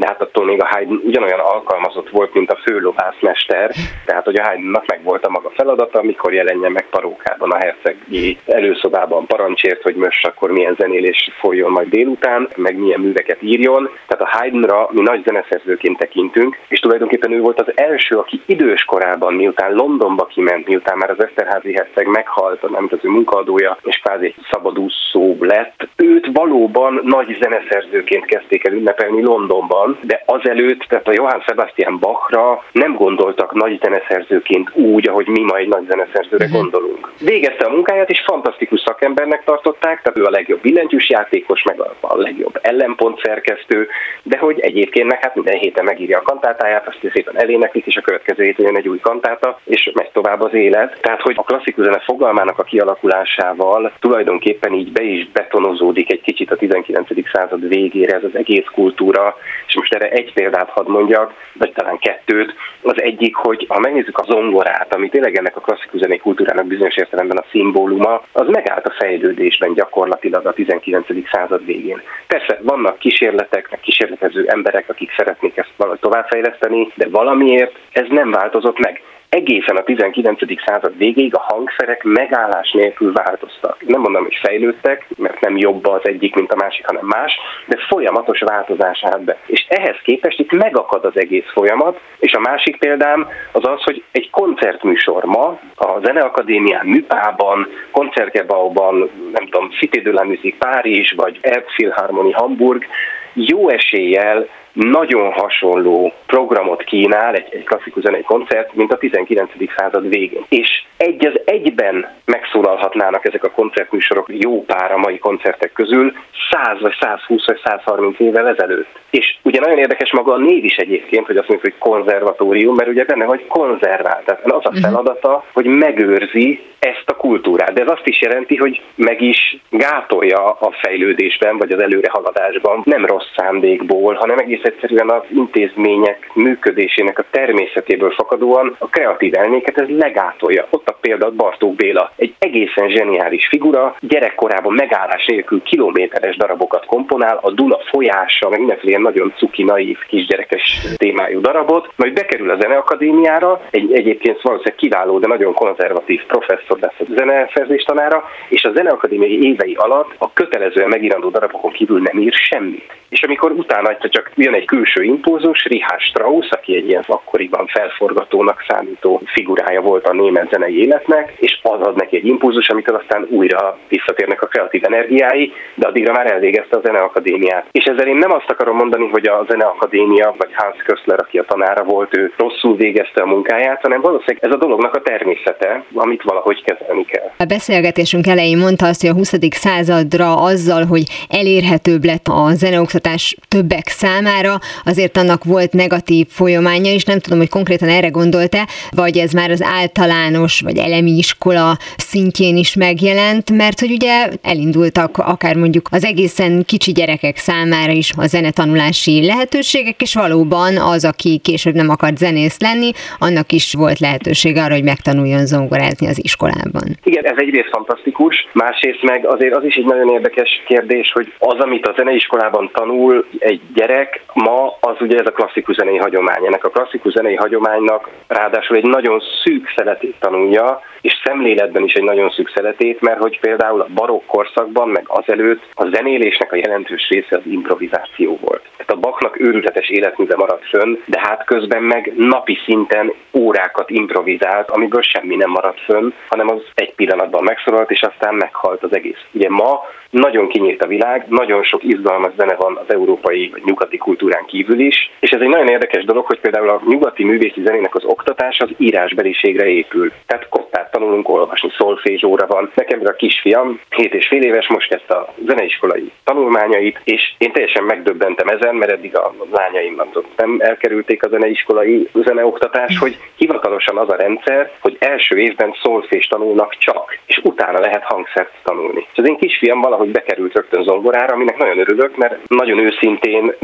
de hát attól még a Haydn ugyanolyan alkalmazott volt, mint a főlovászmester, tehát hogy a Haydnnak meg volt a maga feladata, mikor jelenjen meg parókában a hercegi előszobában parancsért, hogy most akkor milyen zenélés folyjon majd délután, meg milyen műveket írjon. Tehát a Haydnra mi nagy zeneszerzőként tekintünk, és tulajdonképpen ő volt az első, aki idős korában, miután Londonba kiment, miután már az Esterházy herceg meghalt, nem az ő munkaadója, és kvázi egy szabadúszó lett, őt valóban nagy zeneszerzőként kezdték el ünnepelni Londonban, de azelőtt, tehát a Johann Sebastian Bachra nem gondoltak nagy zeneszerzőként úgy, ahogy mi ma egy nagy zeneszerzőre gondolunk. Végezte a munkáját, és fantasztikus szakembernek tartották, tehát ő a legjobb billentyűsjátékos, meg a legjobb ellenpontszerkesztő, de hogy egyébként meg hát minden héten megírja a kantátáját, azt szépen eléneklik, és a következő héten jön egy új kantáta, és megy tovább az élet. Tehát, hogy a klasszikus zene fogalmának a kialakulásával tulajdonképpen így be is betonozódik egy kicsit a 19. század végére ez az egész kultúra, és most erre egy példát hadd mondjak, vagy talán kettőt. Az egyik, hogy ha megnézzük a zongorát, ami tényleg ennek a klasszikus zenei kultúrának bizonyos értelemben a szimbóluma, az megállt a fejlődésben gyakorlatilag a 19. század végén. Persze vannak kísérletek, meg kísérletező emberek, akik szeretnék ezt valahogy továbbfejleszteni, de valamiért ez nem változott meg. Egészen a 19. század végéig a hangszerek megállás nélkül változtak. Nem mondom, hogy fejlődtek, mert nem jobb az egyik, mint a másik, hanem más, de folyamatos változás állt be. És ehhez képest itt megakad az egész folyamat, és a másik példám az az, hogy egy koncertműsor ma a Zeneakadémián Műpában, Koncertgebouwban, nem tudom, Cité de la Musique Párizs, vagy Elbphilharmonie Hamburg jó eséllyel nagyon hasonló programot kínál egy klasszikus zenei koncert, mint a 19. század végén. És egy az egyben megszólalhatnának ezek a koncertműsorok jó pár a mai koncertek közül 100 vagy 120 vagy 130 évvel ezelőtt. És ugye nagyon érdekes maga a név is egyébként, hogy azt mondjuk, hogy konzervatórium, mert ugye benne, hogy konzervál. Tehát az a feladata, hogy megőrzi ezt a kultúrát. De ez azt is jelenti, hogy meg is gátolja a fejlődésben, vagy az előrehaladásban, nem rossz szándékból, hanem egész egyszerűen az intézmények működésének a természetéből fakadóan a kreatív elméket ez legátolja. Ott a példa Bartók Béla, egy egészen zseniális figura, gyerekkorában megállás nélkül kilométeres darabokat komponál, a Duna folyása, meg mindenféle nagyon cuki, naív, kisgyerekes témájú darabot, majd bekerül a Zeneakadémiára, egyébként valószínűleg kiváló, de nagyon konzervatív professzor lesz a zeneszerzés tanára, és a Zeneakadémiai évei alatt a kötelezően megírandó darabokon kívül nem ír semmit. És amikor utána csak jön egy külső impulzus, Richard Strauss, aki egy ilyen akkoriban felforgatónak számító figurája volt a német zenei életnek, és az ad neki egy impulzus, amitől aztán újra visszatérnek a kreatív energiái, de addigra már elvégezte a Zeneakadémiát. És ezzel én nem azt akarom mondani, hogy a Zeneakadémia, vagy Hans Köszler, aki a tanára volt, ő rosszul végezte a munkáját, hanem valószínűleg ez a dolognak a természete, amit valahogy kezelni kell. A beszélgetésünk elején mondta azt, hogy a 20. századra azzal, hogy elérhetőbb lett a zeneoktatás többek számára, azért annak volt negatív folyamánya is, nem tudom, hogy konkrétan erre gondolt-e, vagy ez már az általános, vagy elemi iskola szintjén is megjelent, mert hogy ugye elindultak akár mondjuk az egészen kicsi gyerekek számára is a zenetanulási lehetőségek, és valóban az, aki később nem akart zenész lenni, annak is volt lehetősége arra, hogy megtanuljon zongorázni az iskolában. Igen, ez egyrészt fantasztikus, másrészt meg azért az is egy nagyon érdekes kérdés, hogy az, amit a zeneiskolában tanul egy gyerek, ma az ugye ez a klasszikus zenei hagyomány. Ennek a klasszikus zenei hagyománynak ráadásul egy nagyon szűk szeletét tanulja, és szemléletben is egy nagyon szűk szeletét, mert hogy például a barokk korszakban, meg azelőtt a zenélésnek a jelentős része az improvizáció volt. Tehát a Bachnak őrületes életműve maradt fönn, de hát közben meg napi szinten órákat improvizált, amiből semmi nem maradt fönn, hanem az egy pillanatban megszólalt, és aztán meghalt az egész. Ugye ma nagyon kinyílt a világ, nagyon sok izgalmas zene van az európai vagy nyugati kultúrán kívül is, és ez egy nagyon érdekes dolog, hogy például a nyugati művészi zenének az oktatása az írásbeliségre épül. Tehát kottát tanulunk olvasni, szolfézsóra van. Nekem a kisfiam 7,5 éves, most kezdte a zeneiskolai tanulmányait, és én teljesen megdöbbentem ezen, mert eddig a lányaim nem elkerülték a zeneiskolai zeneoktatást, hogy hivatalosan az a rendszer, hogy első évben szolfés tanulnak csak, és utána lehet hangszert tanulni. És az én kisfiam valahogy bekerült rögtön zongorára, aminek nagyon örülök, mert nagyon őszintén, nem tudom, hogy ez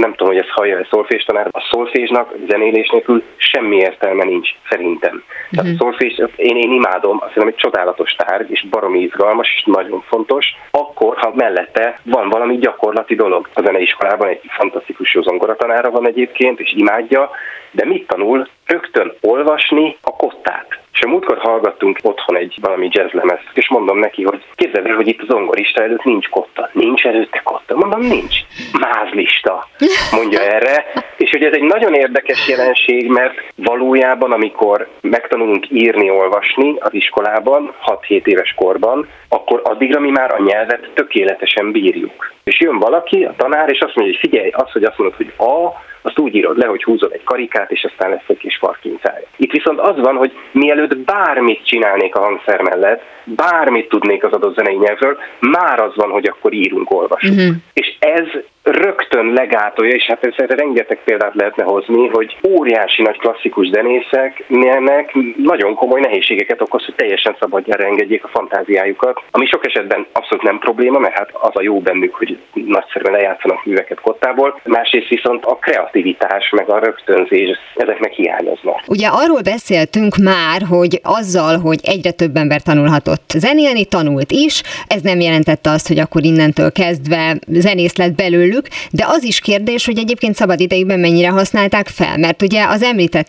ezt hallja a szolfés tanár, a szolfésnak zenélés nélkül semmi értelme nincs, szerintem. Tehát a szolfés, én imádom, azt hiszem egy csodálatos tárgy, és baromi izgalmas, és nagyon fontos, akkor, ha mellette van valami gyakorlati dolog. A zeneiskolában egy fantasztikus jó zongoratanára van egyébként, és imádja, de mit tanul? Rögtön olvasni a kottát. És a múltkor hallgattunk otthon egy valami jazzlemezt, és mondom neki, hogy képzeld el, hogy itt a zongorista előtt nincs kotta. Nincs előtte kotta? Mondom, nincs. Mázlista, mondja erre. És hogy ez egy nagyon érdekes jelenség, mert valójában, amikor megtanulunk írni, olvasni az iskolában, 6-7 éves korban, akkor addigra mi már a nyelvet tökéletesen bírjuk. És jön valaki, a tanár, és azt mondja, hogy figyelj, hogy azt mondod, hogy azt úgy írod le, hogy húzod egy karikát, és aztán lesz egy kis farkincája. Itt viszont az van, hogy mielőtt bármit csinálnék a hangszer mellett, bármit tudnék az adott zenei nyelvről, már az van, hogy akkor írunk, olvasunk. És ez rögtön legátolja, és hát ezzel rengeteg példát lehetne hozni, hogy óriási nagy klasszikus zenészeknek nagyon komoly nehézségeket okoz, hogy teljesen szabadjára engedjék a fantáziájukat, ami sok esetben abszolút nem probléma, mert hát az a jó bennük, hogy nagyszerűen lejátszanak műveket kottából, másrészt viszont a kreativitás, meg a rögtönzés, ezeknek hiányoznak. Ugye arról beszéltünk már, hogy azzal, hogy egyre több ember tanulhatott zenélni, tanult is, ez nem jelentette azt, hogy akkor innentől kezdve zenész lett belőlük, de az is kérdés, hogy egyébként szabad idejükben mennyire használták fel, mert ugye az említett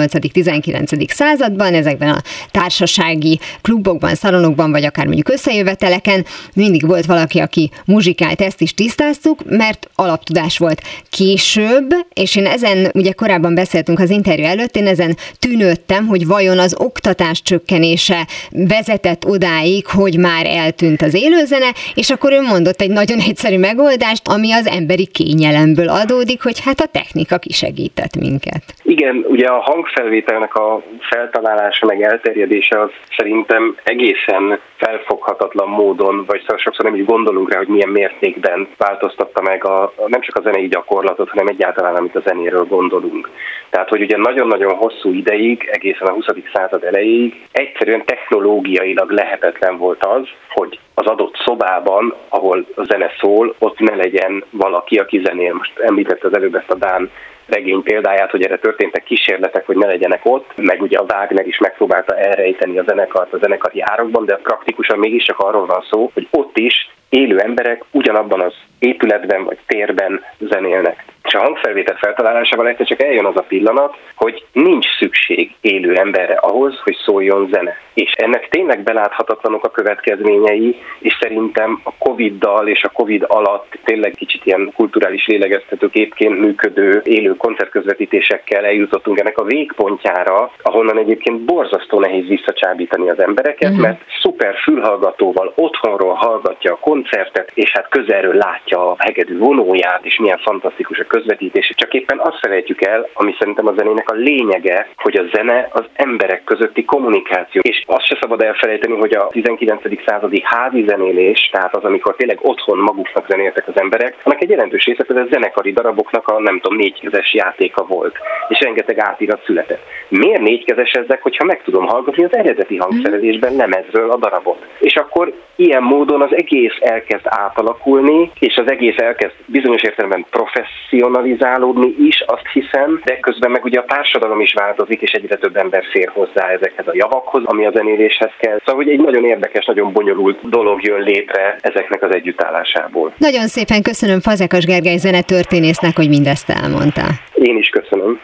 18.-19. században ezekben a társasági klubokban, szalonokban, vagy akár mondjuk összejöveteleken mindig volt valaki, aki muzsikált, ezt is tisztáztuk, mert alaptudás volt. Később, és én ezen, ugye korábban beszéltünk az interjú előtt, én ezen tűnődtem, hogy vajon az oktatás csökkenése vezetett odáig, hogy már eltűnt az élőzene, és akkor ő mondott egy nagyon egyszerű megoldást, ami az emberi kényelemből adódik, hogy hát a technika kisegített minket. Igen, ugye a hangfelvételnek a feltalálása, meg elterjedése az szerintem egészen felfoghatatlan módon, vagy sokszor nem is gondolunk rá, hogy milyen mértékben változtatta meg nem csak a zenei gyakorlatot, hanem egyáltalán, amit a zenéről gondolunk. Tehát, hogy ugye nagyon-nagyon hosszú ideig, egészen a 20. század elejéig egyszerűen technológiailag lehetetlen volt az, hogy az adott szobában, ahol a zene szól, ott ne legyen valaki, aki zenél. Most említette az előbb ezt a dán regény példáját, hogy erre történtek kísérletek, hogy ne legyenek ott, meg ugye a Wagner is megpróbálta elrejteni a zenekart a zenekari árokban, de praktikusan mégiscsak arról van szó, hogy ott is élő emberek ugyanabban az épületben vagy térben zenélnek. És a hangfelvétel feltalálásával egyszer csak eljön az a pillanat, hogy nincs szükség élő emberre ahhoz, hogy szóljon zene. És ennek tényleg beláthatatlanok a következményei, és szerintem a Covid-dal és a Covid alatt tényleg kicsit ilyen kulturális lélegeztetőgépként működő élő koncertközvetítésekkel eljutottunk ennek a végpontjára, ahonnan egyébként borzasztó nehéz visszacsábítani az embereket, mert szuper fülhallgatóval otthonról hallgatja a koncertet, és hát közelről látja a hegedű vonóját, és milyen fantasztikus a közvetítés. Csak éppen azt felejtjük el, ami szerintem a zenének a lényege, hogy a zene az emberek közötti kommunikáció. És azt se szabad elfelejteni, hogy a 19. századi házi zenélés, tehát az, amikor tényleg otthon maguknak zenéltek az emberek, annak egy jelentős része például a zenekari daraboknak a 4-kezes játéka volt, és rengeteg átirat született. Miért 4-kezes ezek, hogyha meg tudom hallgatni az eredeti hangszerelésben lemezről a darabot? És akkor ilyen módon az egész elkezd átalakulni, és az egész elkezd bizonyos értelemben professzionalizálódni is, azt hiszem, de közben meg ugye a társadalom is változik, és egyre több ember fér hozzá ezekhez a javakhoz, ami a zenéléshez kell. Szóval, hogy egy nagyon érdekes, nagyon bonyolult dolog jön létre ezeknek az együttállásából. Nagyon szépen köszönöm Fazekas Gergely zenetörténésznek, hogy mindezt elmondta. Én is köszönöm.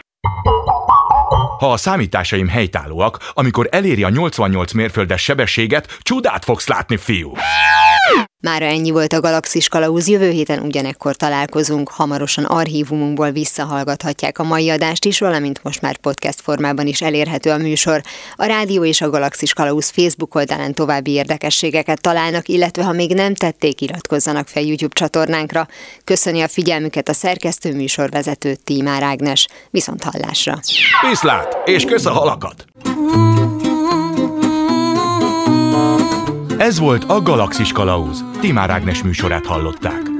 Ha a számításaim helytállóak, amikor eléri a 88 mérföldes sebességet, csodát fogsz látni, fiú! Mára ennyi volt a Galaxis Kalauz, jövő héten ugyanekkor találkozunk, hamarosan archívumunkból visszahallgathatják a mai adást is, valamint most már podcast formában is elérhető a műsor. A rádió és a Galaxis Kalauz Facebook oldalán további érdekességeket találnak, illetve ha még nem tették, iratkozzanak fel YouTube csatornánkra. Köszöni a figyelmüket a szerkesztő műsorvezető Tímár Ágnes. Viszont hallásra! Viszlát, és kösz a halakat! Ez volt a Galaxis Kalauz. Tímár Ágnes műsorát hallották.